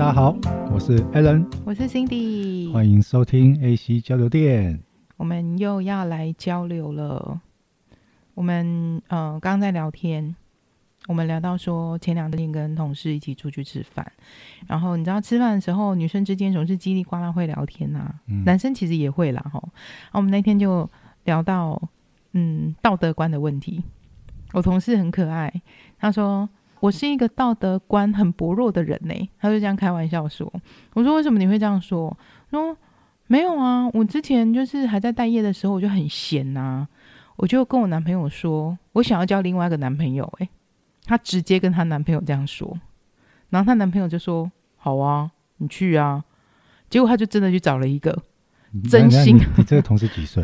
家好，我是 Alan， 我是 Cindy， 欢迎收听 AC 交流电。 我们又要来交流了。我们刚刚在聊天，我们聊到说前2天跟同事一起出去吃饭，然后你知道吃饭的时候女生之间总是叽里呱啦会聊天啊，男生其实也会啦齁。然后我们那天就聊到道德观的问题。我同事很可爱，他说我是一个道德观很薄弱的人呢，他就这样开玩笑说。我说为什么你会这样说？说没有啊，我之前就是还在待业的时候我就很闲啊，我就跟我男朋友说我想要交另外一个男朋友她直接跟她男朋友这样说，然后她男朋友就说好啊你去啊，结果她就真的去找了一个真心。 你这个同事几岁？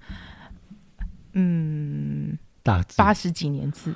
大致 80几年次。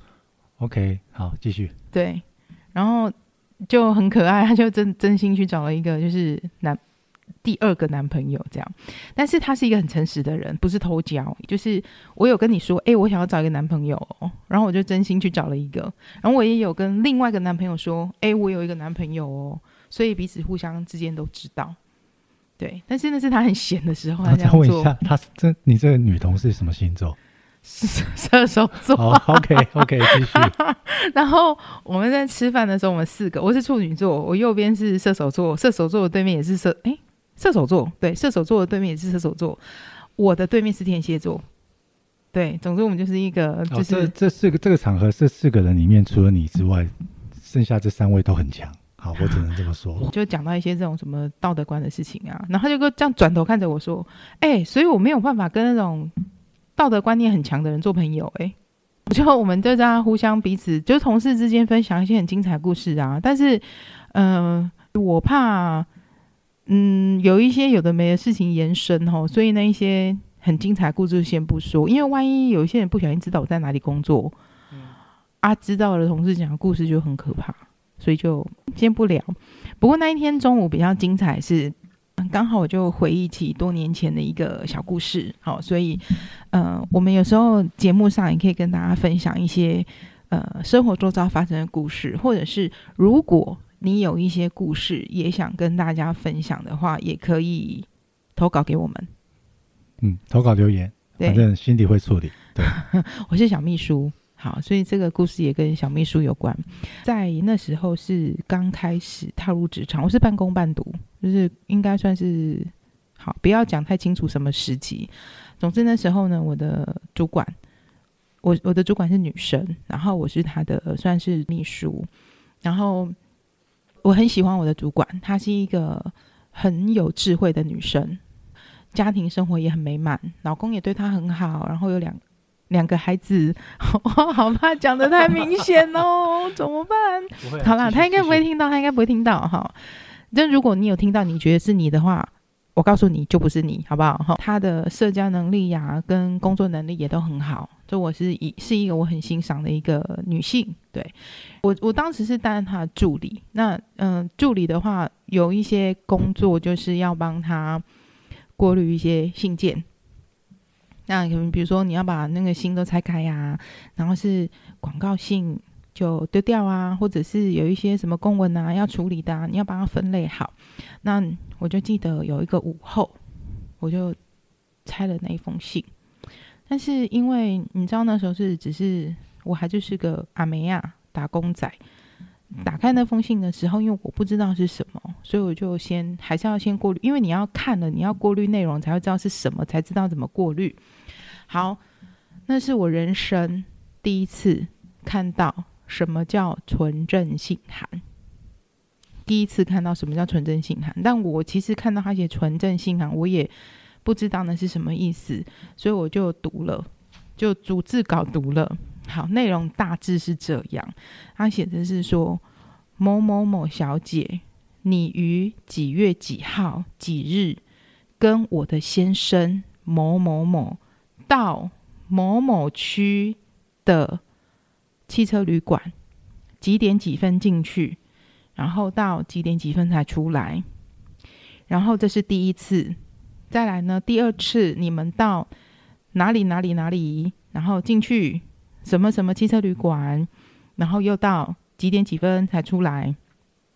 OK， 好，继续。 对，然后就很可爱，她就真心去找了一个就是第2个男朋友这样。但是他是一个很诚实的人，不是偷交，就是我有跟你说我想要找一个男朋友然后我就真心去找了一个，然后我也有跟另外一个男朋友说我有一个男朋友所以彼此互相之间都知道。对，但是那是他很闲的时候他这样做。 我再问一下，你这个女同事什么星座？ 射手座。 OK， 继续。 然后我们在吃饭的时候，我们4个，我是处女座，我右边是射手座，射手座的对面也是射手座，对，射手座的对面也是射手座，我的对面是天蝎座。对，总之我们就是一个就是这个场合，这4个人里面除了你之外，剩下这3位都很强。好，我只能这么说。 我就讲到一些这种什么道德观的事情啊，然后他就这样转头看着我说所以我没有办法跟那种道德观念很强的人做朋友我们就这样互相彼此就是同事之间分享一些很精彩的故事啊，但是我怕有一些有的没的事情延伸所以那一些很精彩的故事先不说，因为万一有一些人不小心知道我在哪里工作知道了同事讲的故事就很可怕，所以就先不聊。不过那一天中午比较精彩是刚好我就回忆起多年前的一个小故事，所以我们有时候节目上也可以跟大家分享一些生活周遭发生的故事，或者是如果你有一些故事也想跟大家分享的话，也可以投稿给我们。 投稿留言，反正心里会处理。对， 我是小秘书。好，所以这个故事也跟小秘书有关。在那时候是刚开始踏入职场，我是半工半读，就是应该算是好，不要讲太清楚什么时期。总之那时候呢，我的主管，我的主管是女生，然后我是她的算是秘书，然后我很喜欢我的主管，她是一个很有智慧的女生，家庭生活也很美满，老公也对她很好，然后有两个孩子。好怕讲得太明显怎么办？好啦，他应该不会听到哈。但如果你有听到你觉得是你的话，我告诉你就不是你，好不好？他的社交能力跟工作能力也都很好，就我是一个我很欣赏的一个女性。对，我当时是担任他的助理，那助理的话有一些工作就是要帮他过滤一些信件，那比如说你要把那个信都拆开然后是广告信就丢掉或者是有一些什么公文要处理的你要把它分类好。那我就记得有一个午后，我就拆了那一封信，但是因为你知道那时候只是我还就是个阿梅打工仔，打开那封信的时候，因为我不知道是什么，所以我就还是要先过滤，因为你要看了，你要过滤内容才会知道是什么，才知道怎么过滤。好，那是我人生第一次看到什么叫存证信函，第一次看到什么叫存证信函。但我其实看到他写存证信函，我也不知道那是什么意思，所以我就读了，就逐字稿读了。好，内容大致是这样，他写的是说，某某某小姐，你于几月几号几日跟我的先生某某某到某某区的汽车旅馆，几点几分进去，然后到几点几分才出来。然后这是第一次，再来呢，第2次你们到哪里哪里哪里，然后进去什么什么汽车旅馆，然后又到几点几分才出来。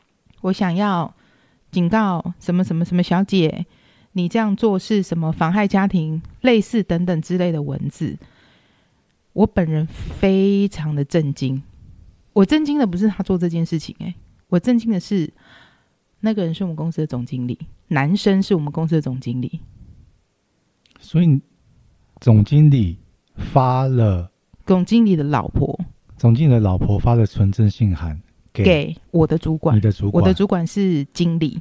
我想要警告什么什么什么小姐，你这样做是什么妨害家庭，类似等等之类的文字。我本人非常的震惊，我震惊的不是他做这件事情，我震惊的是那个人是我们公司的总经理，男生是我们公司的总经理。 所以总经理发了， 总经理的老婆发了存证信函给我的主管， 你的主管， 我的主管是经理。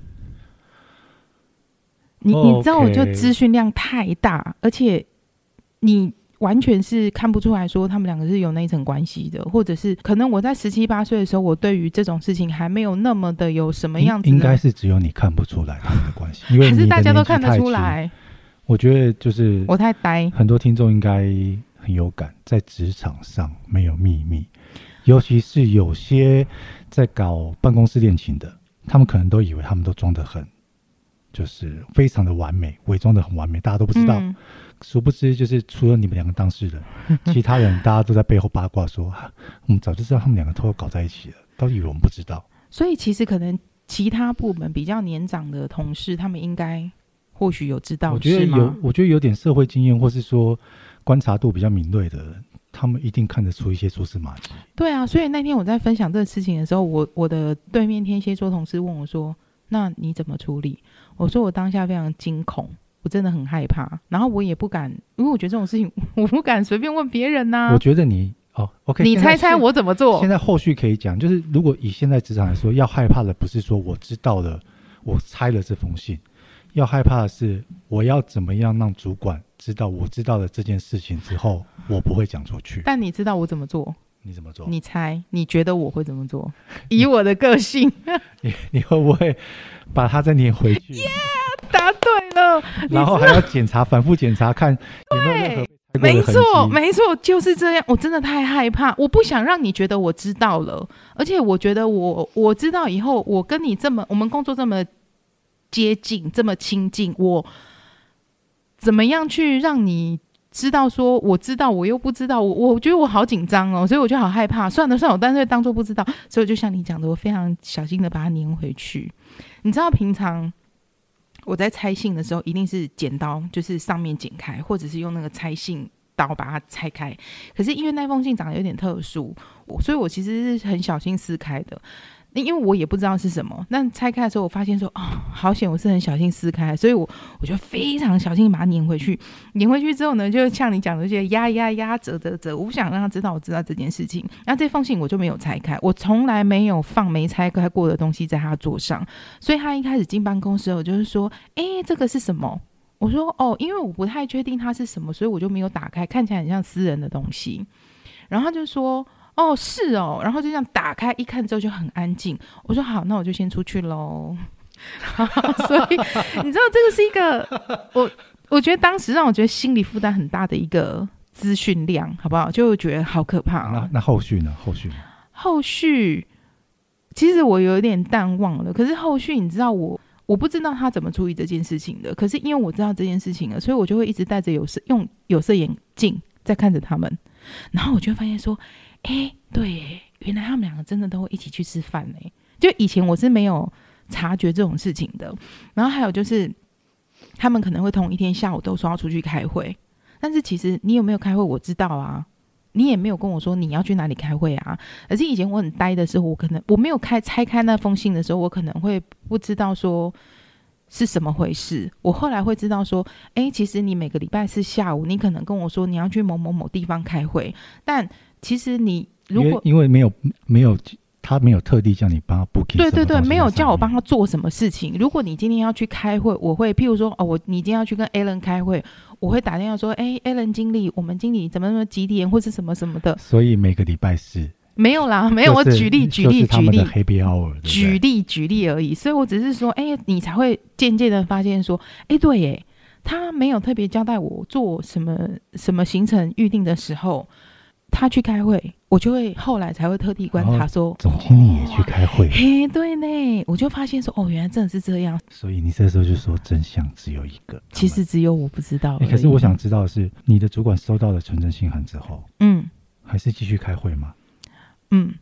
你知道，我就资讯量太大，而且你完全是看不出来说他们两个是有那一层关系的，或者是可能我在17、18岁的时候，我对于这种事情还没有那么的有什么样子的， 应该是只有你看不出来他们的关系，因为还是大家都看得出来。 我觉得就是我太呆， 很多听众应该很有感，在职场上没有秘密，尤其是有些在搞办公室恋情的，他们可能都以为他们都装得很，就是非常的完美，伪装得很完美，大家都不知道。殊不知就是除了你们两个当事人，其他人大家都在背后八卦说，我们早就知道他们两个偷偷搞在一起了，都以为我们不知道。所以其实可能其他部门比较年长的同事，他们应该或许有知道， 我觉得有点社会经验，或是说观察度比较敏锐的人，他们一定看得出一些蛛丝马迹。对啊，所以那天我在分享这个事情的时候，我的对面天蝎座同事问我说，那你怎么处理？我说我当下非常惊恐，我真的很害怕，然后我也不敢，因为我觉得这种事情我不敢随便问别人啊。 我觉得你OK， 你猜猜我怎么做？ 现在后续可以讲，就是如果以现在职场来说，要害怕的不是说我知道了，我猜了这封信，要害怕的是我要怎么样让主管知道我知道了这件事情之后，我不会讲出去。但你知道我怎么做？ 你怎么做？ 你猜？你觉得我会怎么做？以我的个性， 你会不会把它再粘回去？ 答对了， 然后还要检查，反复检查，看有没有任何没错，没错，就是这样。我真的太害怕，我不想让你觉得我知道了，而且我觉得我知道以后，我跟你我们工作这么接近，这么亲近，我怎么样去让你知道说我知道，我又不知道，我觉得我好紧张哦，所以我就好害怕。算了，我干脆当作不知道。所以我就像你讲的，我非常小心的把它粘回去。你知道，平常我在拆信的时候，一定是剪刀，就是上面剪开，或者是用那个拆信刀把它拆开。可是因为那封信长得有点特殊，所以我其实是很小心撕开的。因为我也不知道是什么，但拆开的时候我发现说，好险，我是很小心撕开，所以我就非常小心把它粘回去。粘回去之后呢，就像你讲的，就压折，我不想让他知道我知道这件事情。那这封信我就没有拆开，我从来没有放没拆开过的东西在他桌上，所以他一开始进办公室，我就是说，这个是什么？我说因为我不太确定它是什么，所以我就没有打开，看起来很像私人的东西。然后他就说，是哦，然后就这样打开一看之后就很安静。我说好，那我就先出去咯。所以你知道这个是一个我觉得当时让我觉得心理负担很大的一个资讯量，好不好？就觉得好可怕。 那后续呢？ 后续其实我有点淡忘了，可是后续你知道我不知道他怎么处理这件事情的，可是因为我知道这件事情了，所以我就会一直戴着用有色眼镜在看着他们，然后我就发现说，对耶，原来他们两个真的都会一起去吃饭耶。就以前我是没有察觉这种事情的。然后还有就是他们可能会同一天下午都说要出去开会，但是其实你有没有开会我知道啊，你也没有跟我说你要去哪里开会啊。可是以前我很呆的时候，我没有拆开那封信的时候，我可能会不知道说是什么回事。我后来会知道说，其实你每个礼拜四下午你可能跟我说你要去某某某地方开会，但其实你如果因为没有他没有特地叫你帮他 booking， 对，没有叫我帮他做什么事情。如果你今天要去开会，我会譬如说你今天要去跟 Alan 开会，我会打电话说Alan 经理，我们经理怎么几点或是什么什么的。 所以每个礼拜四没有啦，没有，我举例就是他们的 happy hour， 举例而已。所以我只是说你才会渐渐的发现说对耶，他没有特别交代我做什么行程预定的时候，他去开会，我就会后来才会特地观察说， 总经理也去开会。 对呢，我就发现说原来真的是这样。 所以你这时候就说真相只有一个， 其实只有我不知道。 可是我想知道的是，你的主管收到了存证信函之后，还是继续开会吗？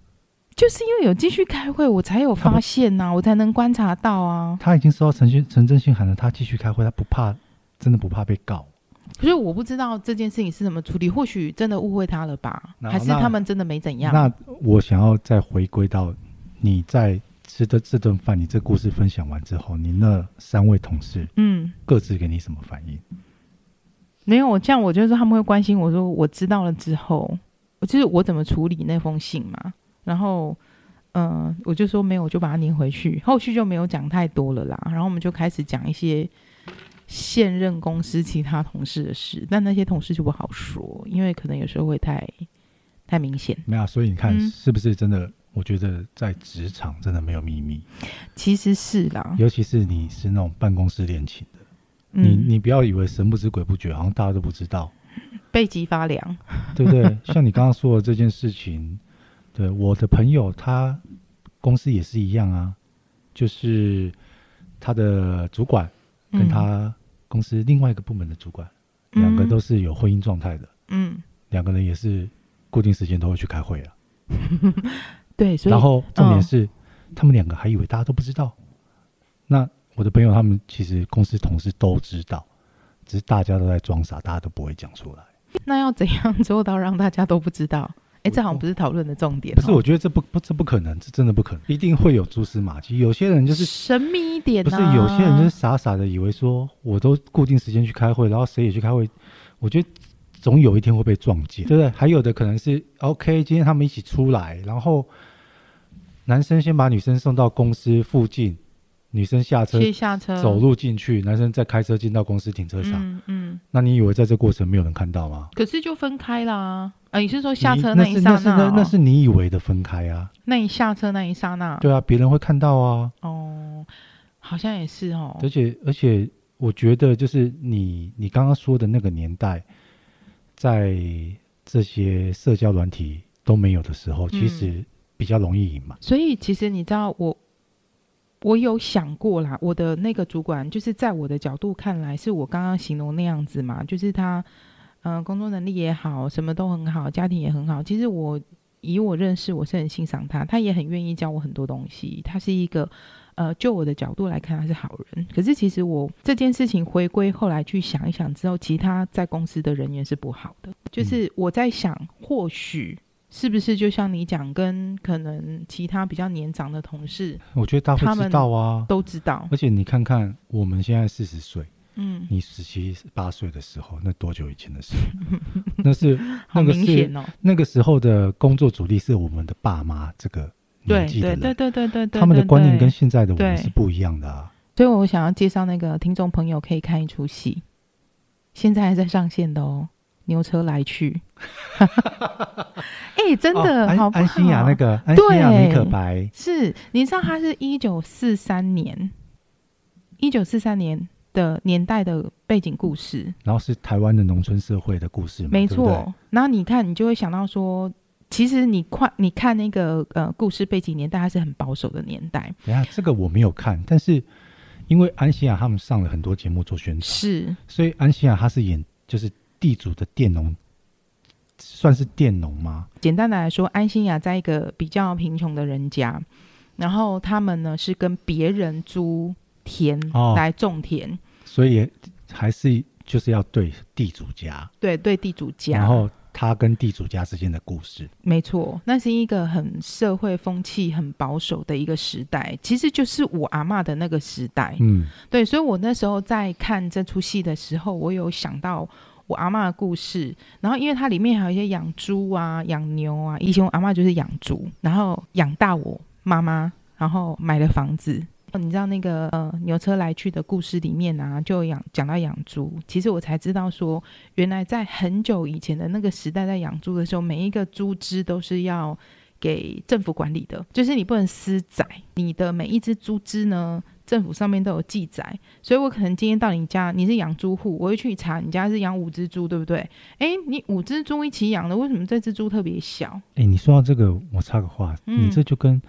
就是因为有继续开会，我才有发现啊，我才能观察到啊。 他已经收到陈正信函了，他继续开会，他不怕，真的不怕被告。 可是我不知道这件事情是怎么处理，或许真的误会他了吧？还是他们真的没怎样？ 那我想要再回归到你在吃的这顿饭，你这故事分享完之后，你那3位同事，各自给你什么反应？ 没有，这样我就是他们会关心我说，我知道了之后，就是我怎么处理那封信嘛。然后，我就说没有，我就把它粘回去。后续就没有讲太多了啦。然后我们就开始讲一些现任公司其他同事的事，但那些同事就不好说，因为可能有时候会太明显。没有，所以你看是不是真的？我觉得在职场真的没有秘密。 其实是啦， 尤其是你是那种办公室恋情的，你不要以为神不知鬼不觉，好像大家都不知道， 背脊发凉， 对不对？像你刚刚说的这件事情，对我的朋友，他公司也是一样啊，就是他的主管跟他公司另外一个部门的主管，两个都是有婚姻状态的，两个人也是固定时间都会去开会啊。 对，所以然后重点是，他们两个还以为大家都不知道。那我的朋友他们其实公司同事都知道，只是大家都在装傻，大家都不会讲出来。 那要怎样做到让大家都不知道？这好像不是讨论的重点。 不是，我觉得这不可能，这真的不可能，一定会有蛛丝马迹。有些人就是神秘一点， 不是有些人就是傻傻的以为说，我都固定时间去开会，然后谁也去开会，我觉得总有一天会被撞见，对不对？还有的可能是 OK， 今天他们一起出来，然后男生先把女生送到公司附近，女生下车走路进去，男生再开车进到公司停车场。那你以为在这过程没有人看到吗？ 可是就分开啦。你是说下車那一剎那？ 那是你以為的分開啊。 那你下車那一剎那？ 對啊，別人會看到啊。 好像也是哦。 而且我覺得就是你剛剛說的那個年代，在這些社交軟體都沒有的時候，其實比較容易隱瞞。 所以其實你知道我有想過啦，我的那個主管就是在我的角度看來是我剛剛形容那樣子嘛，就是他工作能力也好，什麼都很好，家庭也很好。其實以我認識，我是很欣賞他，他也很願意教我很多東西。他是一個就我的角度來看，他是好人。可是其實我這件事情回歸後來去想一想之後，其他在公司的人員是不好的。就是我在想，或許是不是就像你講，跟可能其他比較年長的同事， 我覺得大家會知道啊， 都知道。 而且你看看我們現在40歲，你17、18歲的時候，那多久以前的事？ 好明顯哦。 那個時候的工作主力是我們的爸媽這個年紀的人， 對， 他們的觀念跟現在的我們是不一樣的啊。 所以我想要介紹那個聽眾朋友可以看一出戲，現在還在上線的哦，牛車來去。真的好不好？ 安心亞那個安心亞米可白， 是你知道他是1943年的年代的背景故事， 然後是台灣的農村社會的故事嘛， 沒錯。 對對， 然後你看你就會想到說，其實你看那個故事背景年代，它是很保守的年代。 等一下這個我沒有看，但是因為安心亞他們上了很多節目做宣傳， 是， 所以安心亞他是演就是地主的佃農，算是佃農嗎？ 簡單的來說，安心亞在一個比較貧窮的人家，然後他們呢是跟別人租田來種田， 所以還是就是要對地主家， 對地主家， 然後他跟地主家之間的故事。 沒錯，那是一個很社會風氣很保守的一個時代，其實就是我阿嬷的那個時代。對，所以我那時候在看這出戲的時候，我有想到我阿嬷的故事，然後因為它裡面還有一些養豬啊、養牛啊，以前我阿嬷就是養豬，然後養大我媽媽，然後買了房子。你知道那個牛車來去的故事裡面啊，就講到養豬，其實我才知道說，原來在很久以前的那個時代，在養豬的時候，每一個豬隻都是要給政府管理的，就是你不能私宰，你的每一隻豬隻呢，政府上面都有記載。所以我可能今天到你家，你是養豬戶，我會去查你家是養5隻豬，對不對？你5隻豬一起養的，為什麼這隻豬特別小？ 你說到這個，我插個話，你這就跟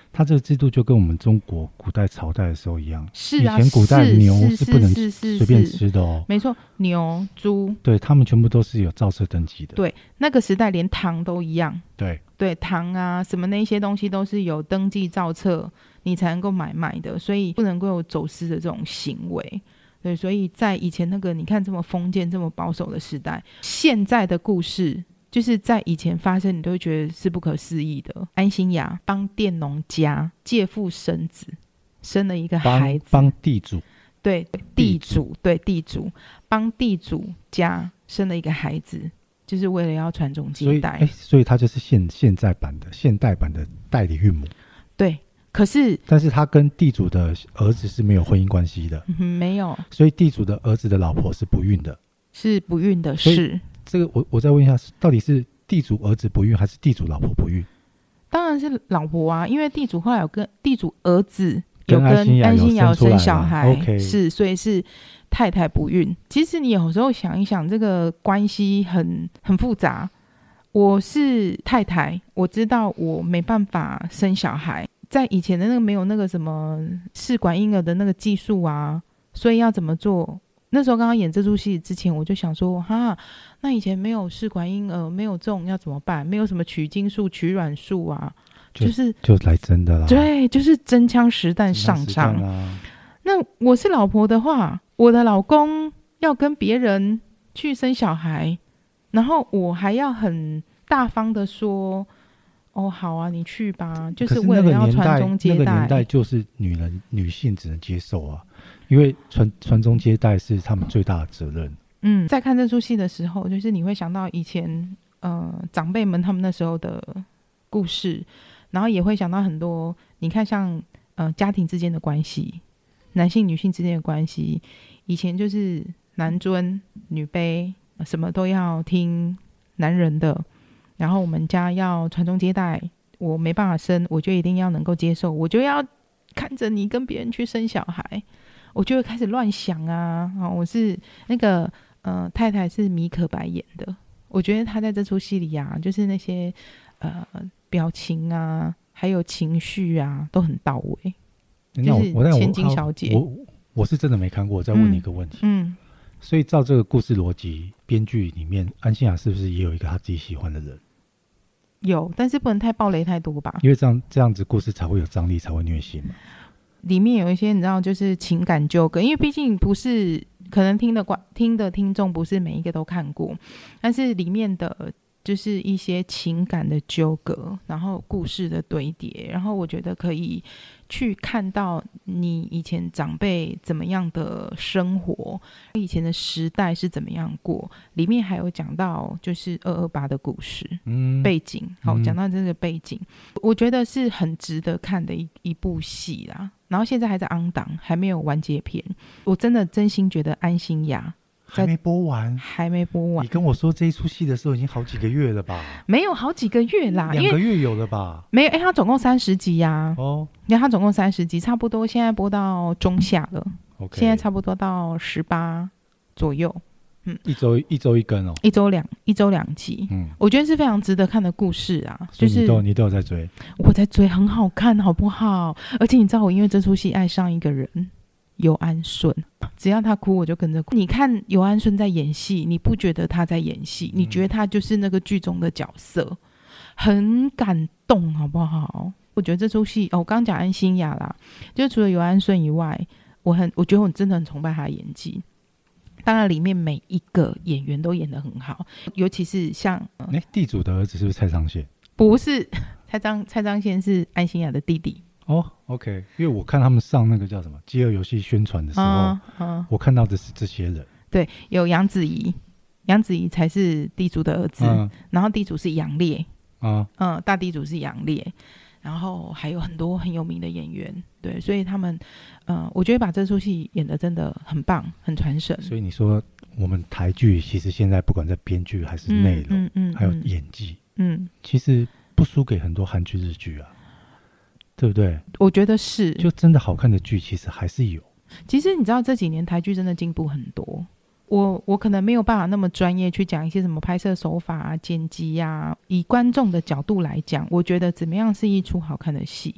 它这个制度就跟我们中国古代朝代的时候一样， 是啊， 以前古代牛是不能随便吃的哦， 没错，牛、猪， 对，他们全部都是有造册登记的。 对，那个时代连糖都一样， 对， 糖啊什么那些东西都是有登记造册，你才能够买卖的，所以不能够有走私的这种行为。对，所以在以前那个你看这么封建、这么保守的时代，现在的故事。就是在以前发生，你都会觉得是不可思议的。安心亚帮佃农家借腹生子，生了一个孩子， 帮地主， 对地主帮地主家生了一个孩子，就是为了要传宗接代。 所以他就是现代版的代理孕母。 对，但是他跟地主的儿子是没有婚姻关系的， 没有。 所以地主的儿子的老婆是不孕的， 是。 这个我再问一下，到底是地主儿子不孕，还是地主老婆不孕？ 当然是老婆啊，因为地主后来有跟地主儿子有跟安心亚生小孩， OK， 是，所以是太太不孕。其实你有时候想一想，这个关系很复杂。我是太太，我知道我没办法生小孩，在以前的那个没有那个什么试管婴儿的那个技术啊，所以要怎么做？那时候刚刚演这出戏之前，我就想说，那以前没有试管婴儿，没有这种要怎么办？没有什么取精术、取卵术啊， 就来真的啦。 对，就是真枪实弹上场啊。那我是老婆的话，我的老公要跟别人去生小孩，然后我还要很大方的说，哦，好啊，你去吧，就是为了要传宗接代。 那个年代就是女性只能接受啊。因为传宗接代是他们最大的责任。 在看这出戏的时候，就是你会想到以前长辈们他们那时候的故事，然后也会想到很多，你看像家庭之间的关系，男性女性之间的关系，以前就是男尊女卑，什么都要听男人的，然后我们家要传宗接代，我没办法生，我就一定要能够接受，我就要看着你跟别人去生小孩。我就会开始乱想啊！我是那个太太是米可白演的，我觉得她在这出戏里啊，就是那些表情啊，还有情绪啊，都很到位。就是千金小姐， 我是真的没看过，我再问你一个问题。所以照这个故事逻辑，编剧里面安心亚是不是也有一个他自己喜欢的人？ 有，但是不能太爆雷太多吧？ 因为这样子故事才会有张力，才会虐心嘛。 里面有一些你知道就是情感纠葛，因为毕竟不是可能听的听众不是每一个都看过，但是里面的就是一些情感的纠葛，然后故事的堆叠，然后我觉得可以去看到你以前长辈怎么样的生活，以前的时代是怎么样过，里面还有讲到就是228的故事，背景，好，讲到这个背景，我觉得是很值得看的一部戏啦。然后现在还在on档，还没有完结篇。我真心觉得安心亚还没播完。你跟我说这一出戏的时候已经好几个月了吧？ 没有好几个月啦 ，2个月有了吧？ 没有，它总共30集呀。你看它总共30集，差不多现在播到中下了。现在差不多到18左右。 一周一更哦， 一周2集。我觉得是非常值得看的故事啊。就是你都有在追， 我在追，很好看，好不好？而且你知道我因为这出戏爱上一个人，尤安顺，只要他哭我就跟着哭。你看尤安顺在演戏，你不觉得他在演戏，你觉得他就是那个剧中的角色，很感动，好不好？我觉得这出戏我刚讲安心亚啦，就除了尤安顺以外，我觉得我真的很崇拜他的演技。当然里面每一个演员都演得很好，尤其是像地主的儿子是不是蔡昌宪？ 不是，蔡昌宪是安心亚的弟弟。 OK， 因为我看他们上那个叫什么饥饿游戏宣传的时候，我看到的是这些人。 对，有杨子怡才是地主的儿子，然后地主是杨烈，大地主是杨烈，然后还有很多很有名的演员。对，所以他们我觉得把这出戏演得真的很棒，很传神。 所以你说我们台剧其实现在不管在编剧还是内容，还有演技，其实不输给很多韩剧日剧啊，对不对？ 我觉得是， 就真的好看的剧其实还是有。 其实你知道这几年台剧真的进步很多，我可能没有办法那么专业去讲一些什么拍摄手法啊、剪辑啊，以观众的角度来讲，我觉得怎么样是一出好看的戏。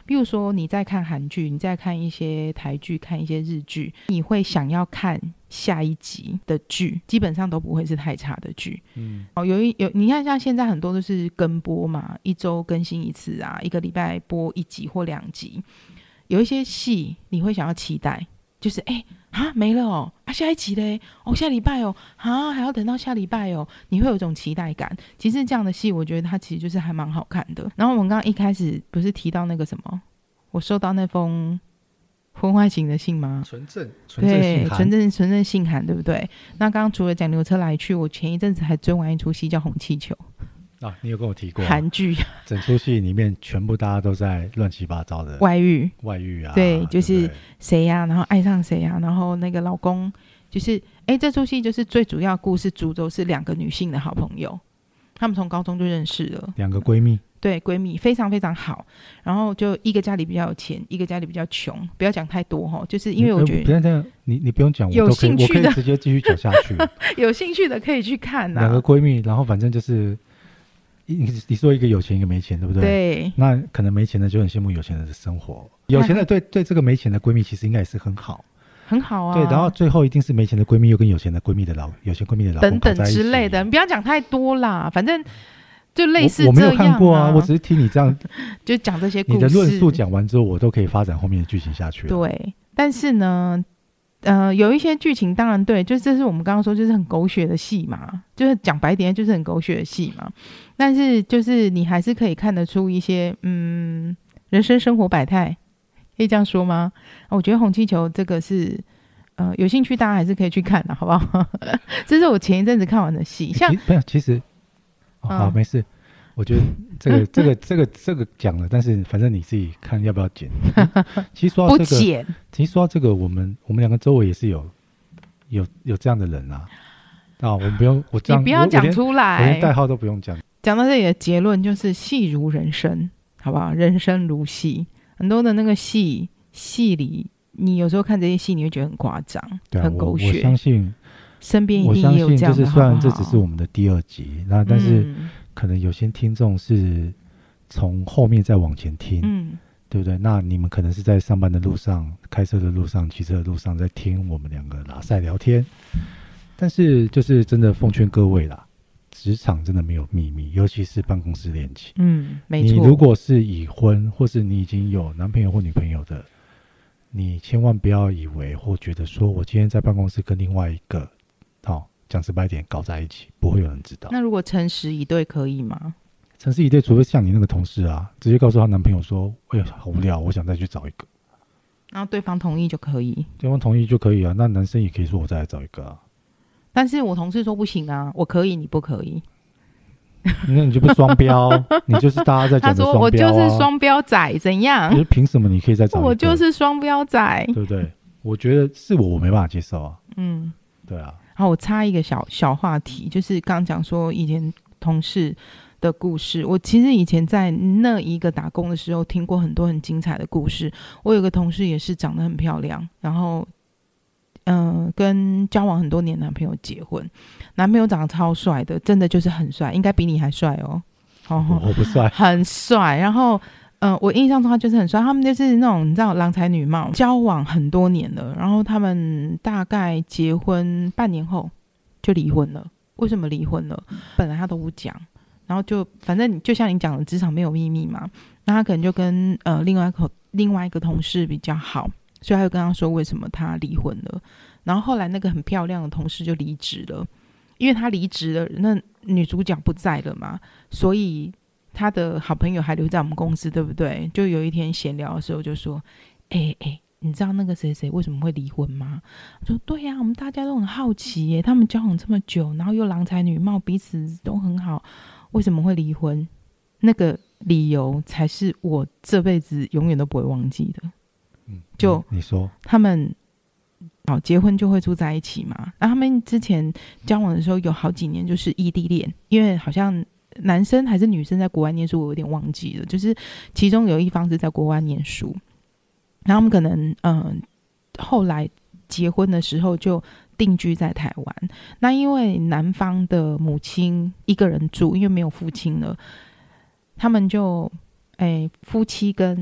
比如说你在看韩剧，你在看一些台剧，看一些日剧，你会想要看下一集的剧，基本上都不会是太差的剧。你看像现在很多都是跟播嘛，一周更新一次啊，一个礼拜播1集或2集。有一些戏你会想要期待，就是没了哦，下一集嘞，下礼拜哦，还要等到下礼拜哦，你会有一种期待感。其实这样的戏我觉得它其实就是还蛮好看的。然后我们刚刚一开始不是提到那个什么，我收到那封婚外情的信吗？ 纯正信函，对不对？那刚刚除了讲牛车来去，我前一阵子还追完一出戏叫《红气球》 啊，你有跟我提过韩剧， 整出戏里面全部大家都在乱七八糟的外遇啊， 对，就是谁呀，然后爱上谁呀，然后那个老公就是这出戏就是最主要故事主轴是2个女性的好朋友，她们从高中就认识了 ，2个闺蜜， 对，闺蜜非常非常好，然后就一个家里比较有钱，一个家里比较穷，不要讲太多齁，就是因为我觉得不要这样，你不用讲， 有兴趣的我可以直接继续讲下去有兴趣的可以去看啊。 2个闺蜜，然后反正就是你说一个有钱一个没钱，对不对？ 对， 那可能没钱的就很羡慕有钱人的生活，有钱的对这个没钱的闺蜜其实应该也是很好啊， 对，然后最后一定是没钱的闺蜜又跟有钱闺蜜的老公等等之类的，你不要讲太多啦，反正就类似这样。 我没有看过啊，我只是听你这样就讲这些故事， 你的论述讲完之后，我都可以发展后面的剧情下去了。 对，但是呢有一些剧情当然对，就这是我们刚刚说就是很狗血的戏嘛，就是讲白点就是很狗血的戏嘛，但是就是你还是可以看得出一些人生活百态，可以这样说吗？我觉得红气球这个是有兴趣大家还是可以去看的，好不好？这是我前一阵子看完的戏，像其实好没事，我觉得这个讲了，但是反正你自己看要不要剪。其实说到这个， 不剪。 其实说到这个，我们2个周围也是有这样的人啊。我们不用，我这样你不要讲出来， 我连代号都不用讲。 讲到这里的结论就是戏如人生，好不好？人生如戏，很多的那个戏里，你有时候看这些戏，你会觉得很夸张，很狗血。 我相信身边一定也有这样的， 就是虽然这只是我们的第2集，那但是可能有些听众是从后面再往前听，对不对？那你们可能是在上班的路上、开车的路上、骑车的路上在听我们2个拉塞聊天，但是就是真的奉劝各位啦，职场真的没有秘密，尤其是办公室恋情。 没错。 你如果是已婚，或是你已经有男朋友或女朋友的，你千万不要以为或觉得说我今天在办公室跟另外一个讲直白点搞在一起，不会有人知道。 那如果诚实以对可以吗？ 诚实以对，除非像你那个同事啊，直接告诉她男朋友说好无聊，我想再去找一个， 然后对方同意就可以。 对方同意就可以啊，那男生也可以说我再来找一个啊。 但是我同事说不行啊，我可以你不可以。 那你就不双标，你就是大家在讲的双标啊。他说我就是双标仔，怎样？ 就是凭什么你可以再找一个？ 我就是双标仔， 对不对？我觉得是我没办法接受啊。对啊。 好，我插一个小话题，就是刚刚讲说以前同事的故事。我其实以前在那一个打工的时候，听过很多很精彩的故事。我有个同事也是长得很漂亮，然后跟交往很多年男朋友结婚，男朋友长得超帅的，真的就是很帅，应该比你还帅哦。 我不帅， 很帅。然后我印象中他就是很帅，他们就是那种你知道郎才女貌，交往很多年了，然后他们大概结婚半年后就离婚了。为什么离婚了？本来他都不讲，然后就反正就像你讲的，职场没有秘密嘛。那他可能就跟另外一个同事比较好，所以他就跟他说为什么他离婚了。然后后来那个很漂亮的同事就离职了，因为他离职了，那女主角不在了嘛，所以他的好朋友还留在我们公司，对不对？就有一天闲聊的时候就说你知道那个谁谁为什么会离婚吗？我说对呀，我们大家都很好奇耶，他们交往这么久，然后又郎才女貌，彼此都很好，为什么会离婚？那个理由才是我这辈子永远都不会忘记的。就你说他们结婚就会住在一起嘛，那他们之前交往的时候有好几年就是异地恋，因为好像男生还是女生在国外念书，我有点忘记了，就是其中有一方是在国外念书，然后他们可能后来结婚的时候就定居在台湾。那因为男方的母亲一个人住，因为没有父亲了，他们就夫妻跟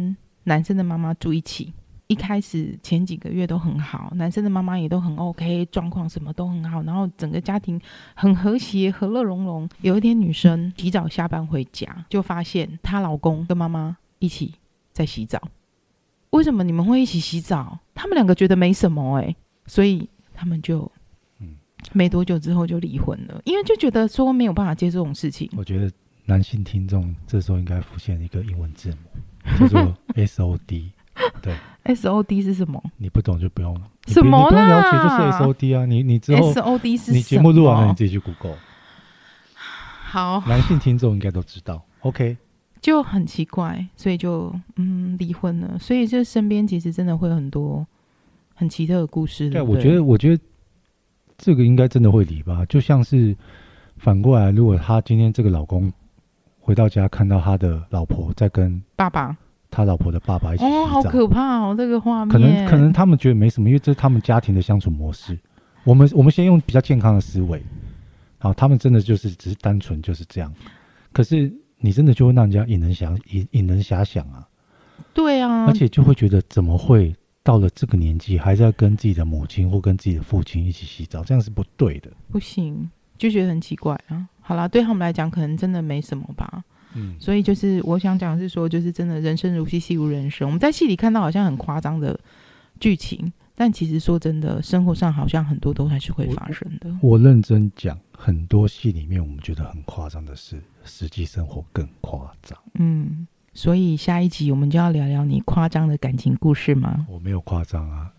男生的妈妈住一起。一开始前几个月都很好，男生的妈妈也都很 OK， 状况什么都很好，然后整个家庭很和谐，和乐融融。有一天女生提早下班回家，就发现她老公跟妈妈一起在洗澡。为什么你们会一起洗澡？他们两个觉得没什么所以他们就没多久之后就离婚了，因为就觉得说没有办法接受这种事情。 我觉得男性听众这时候应该浮现一个英文字母，叫做 SOD。对 ，SOD 是什么？ 你不懂就不用， 什么啦？ 你不用了解，就是 SOD 啊。你之后 SOD 是什么？ 你节目录完了，你自己去 Google。 好， 男性听众应该都知道。OK， 就很奇怪，所以就离婚了。所以这身边其实真的会有很多很奇特的故事。 对，我觉得这个应该真的会离吧。就像是反过来，如果他今天这个老公回到家看到他的老婆在跟他老婆的爸爸一起洗澡， 好可怕哦！这个画面， 可能他们觉得没什么，因为这是他们家庭的相处模式。我们先用比较健康的思维，好，他们真的就是只是单纯就是这样。可是你真的就会让人家引人遐想啊。 对啊， 而且就会觉得怎么会到了这个年纪还在跟自己的母亲或跟自己的父亲一起洗澡，这样是不对的。 不行，就觉得很奇怪啊。好啦，对他们来讲可能真的没什么吧。所以就是我想讲的是说，就是真的人生如戏，戏如人生。我们在戏里看到好像很夸张的剧情，但其实说真的，生活上好像很多都还是会发生的。 我认真讲，很多戏里面我们觉得很夸张的事，实际生活更夸张。 所以下一集我们就要聊聊你夸张的感情故事吗？ 我没有夸张啊，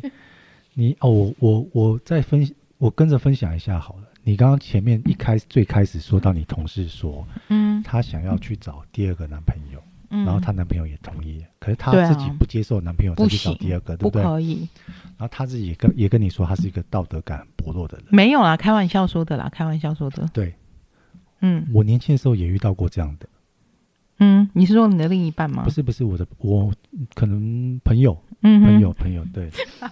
我跟着分享一下好了。你刚刚前面最开始说到你同事说，她想要去找第二个男朋友，然后她男朋友也同意，可是她自己不接受男朋友再去找第二个，对不对？ 不可以。 然后她自己也跟你说，她是一个道德感很薄弱的人。 没有啦，开玩笑说的啦，开玩笑说的。 对，我年轻的时候也遇到过这样的。 你是说你的另一半吗？ 不是我可能朋友，对。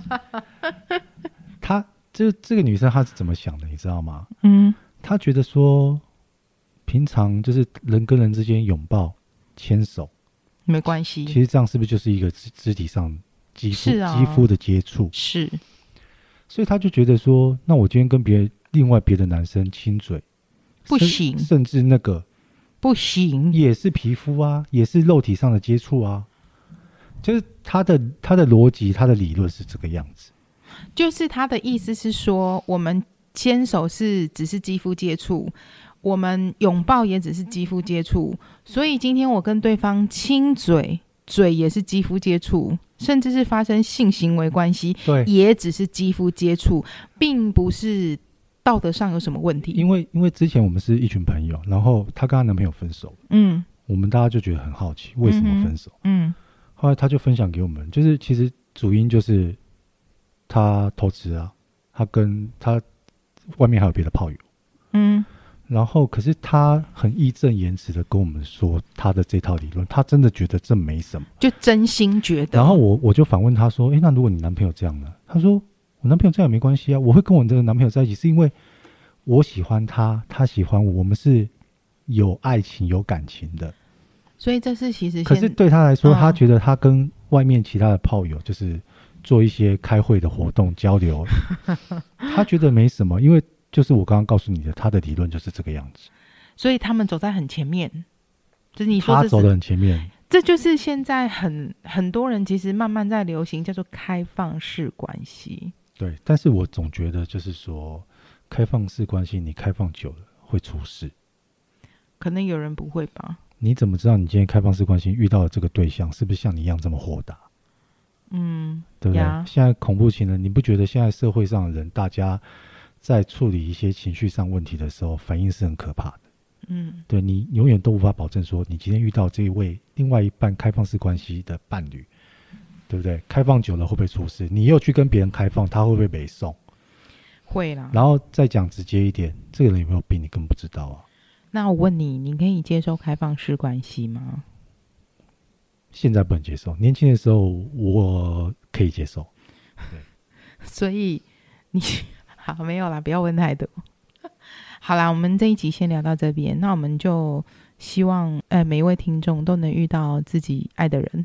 她这个女生她是怎么想的，你知道吗？她觉得说，平常就是人跟人之间拥抱、牵手没关系， 其实这样是不是就是一个肢体上肌肤的接触？ 是， 所以她就觉得说，那我今天跟另外别的男生亲嘴， 不行， 甚至那个不行， 也是皮肤啊，也是肉体上的接触啊。就是她的逻辑，她的理论是这个样子。 就是他的意思是说，我们牵手只是肌肤接触，我们拥抱也只是肌肤接触，所以今天我跟对方亲嘴，嘴也是肌肤接触，甚至是发生性行为关系， 对， 也只是肌肤接触，并不是道德上有什么问题。 因为之前我们是一群朋友，然后她跟她男朋友分手，我们大家就觉得很好奇为什么分手，后来她就分享给我们，就是其实主因就是他偷吃啊，他跟他外面还有别的炮友，然后可是他很义正言辞的跟我们说他的这套理论，他真的觉得这没什么， 就真心觉得。 然后我就反问他说，那如果你男朋友这样呢？他说我男朋友这样也没关系啊，我会跟我这个男朋友在一起是因为我喜欢他，他喜欢我，我们是有爱情有感情的。 所以这是其实可是对他来说，他觉得他跟外面其他的炮友就是做一些开会的活动交流，他觉得没什么，因为就是我刚刚告诉你的，他的理论就是这个样子。 所以他们走在很前面，就是你说他走得很前面， 这就是现在很多人其实慢慢在流行，叫做开放式关系。 对，但是我总觉得就是说，开放式关系你开放久了会出事。 可能有人不会吧？ 你怎么知道你今天开放式关系遇到的这个对象是不是像你一样这么豁达？对不对？现在恐怖情人，你不觉得现在社会上的人，大家在处理一些情绪上问题的时候，反应是很可怕的。对，你永远都无法保证说，你今天遇到这一位另外一半开放式关系的伴侣，对不对？开放久了会不会出事？你又去跟别人开放，他会不会北宋？ 会啦。 然后再讲直接一点，这个人有没有病，你根本不知道啊。 那我问你，你可以接受开放式关系吗？ 现在不能接受，年轻的时候我可以接受。对， 所以你好，没有啦，不要问太多。好啦，我们这一集先聊到这边，那我们就希望每一位听众都能遇到自己爱的人，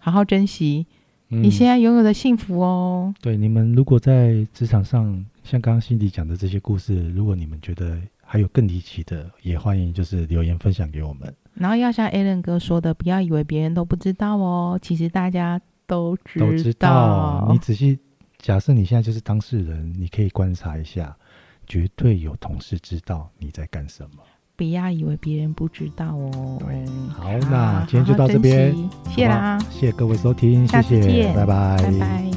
好好珍惜你现在拥有的幸福哦。 对，你们如果在职场上，像刚刚辛迪讲的这些故事，如果你们觉得还有更离奇的，也欢迎就是留言分享给我们。 然后要像 Alan 哥说的，不要以为别人都不知道哦，其实大家都知道。 你仔细假设你现在就是当事人，你可以观察一下，绝对有同事知道你在干什么。 不要以为别人不知道哦。 对，好，那今天就到这边， 谢啦， 谢谢各位收听， 下次见， 拜拜， 拜拜。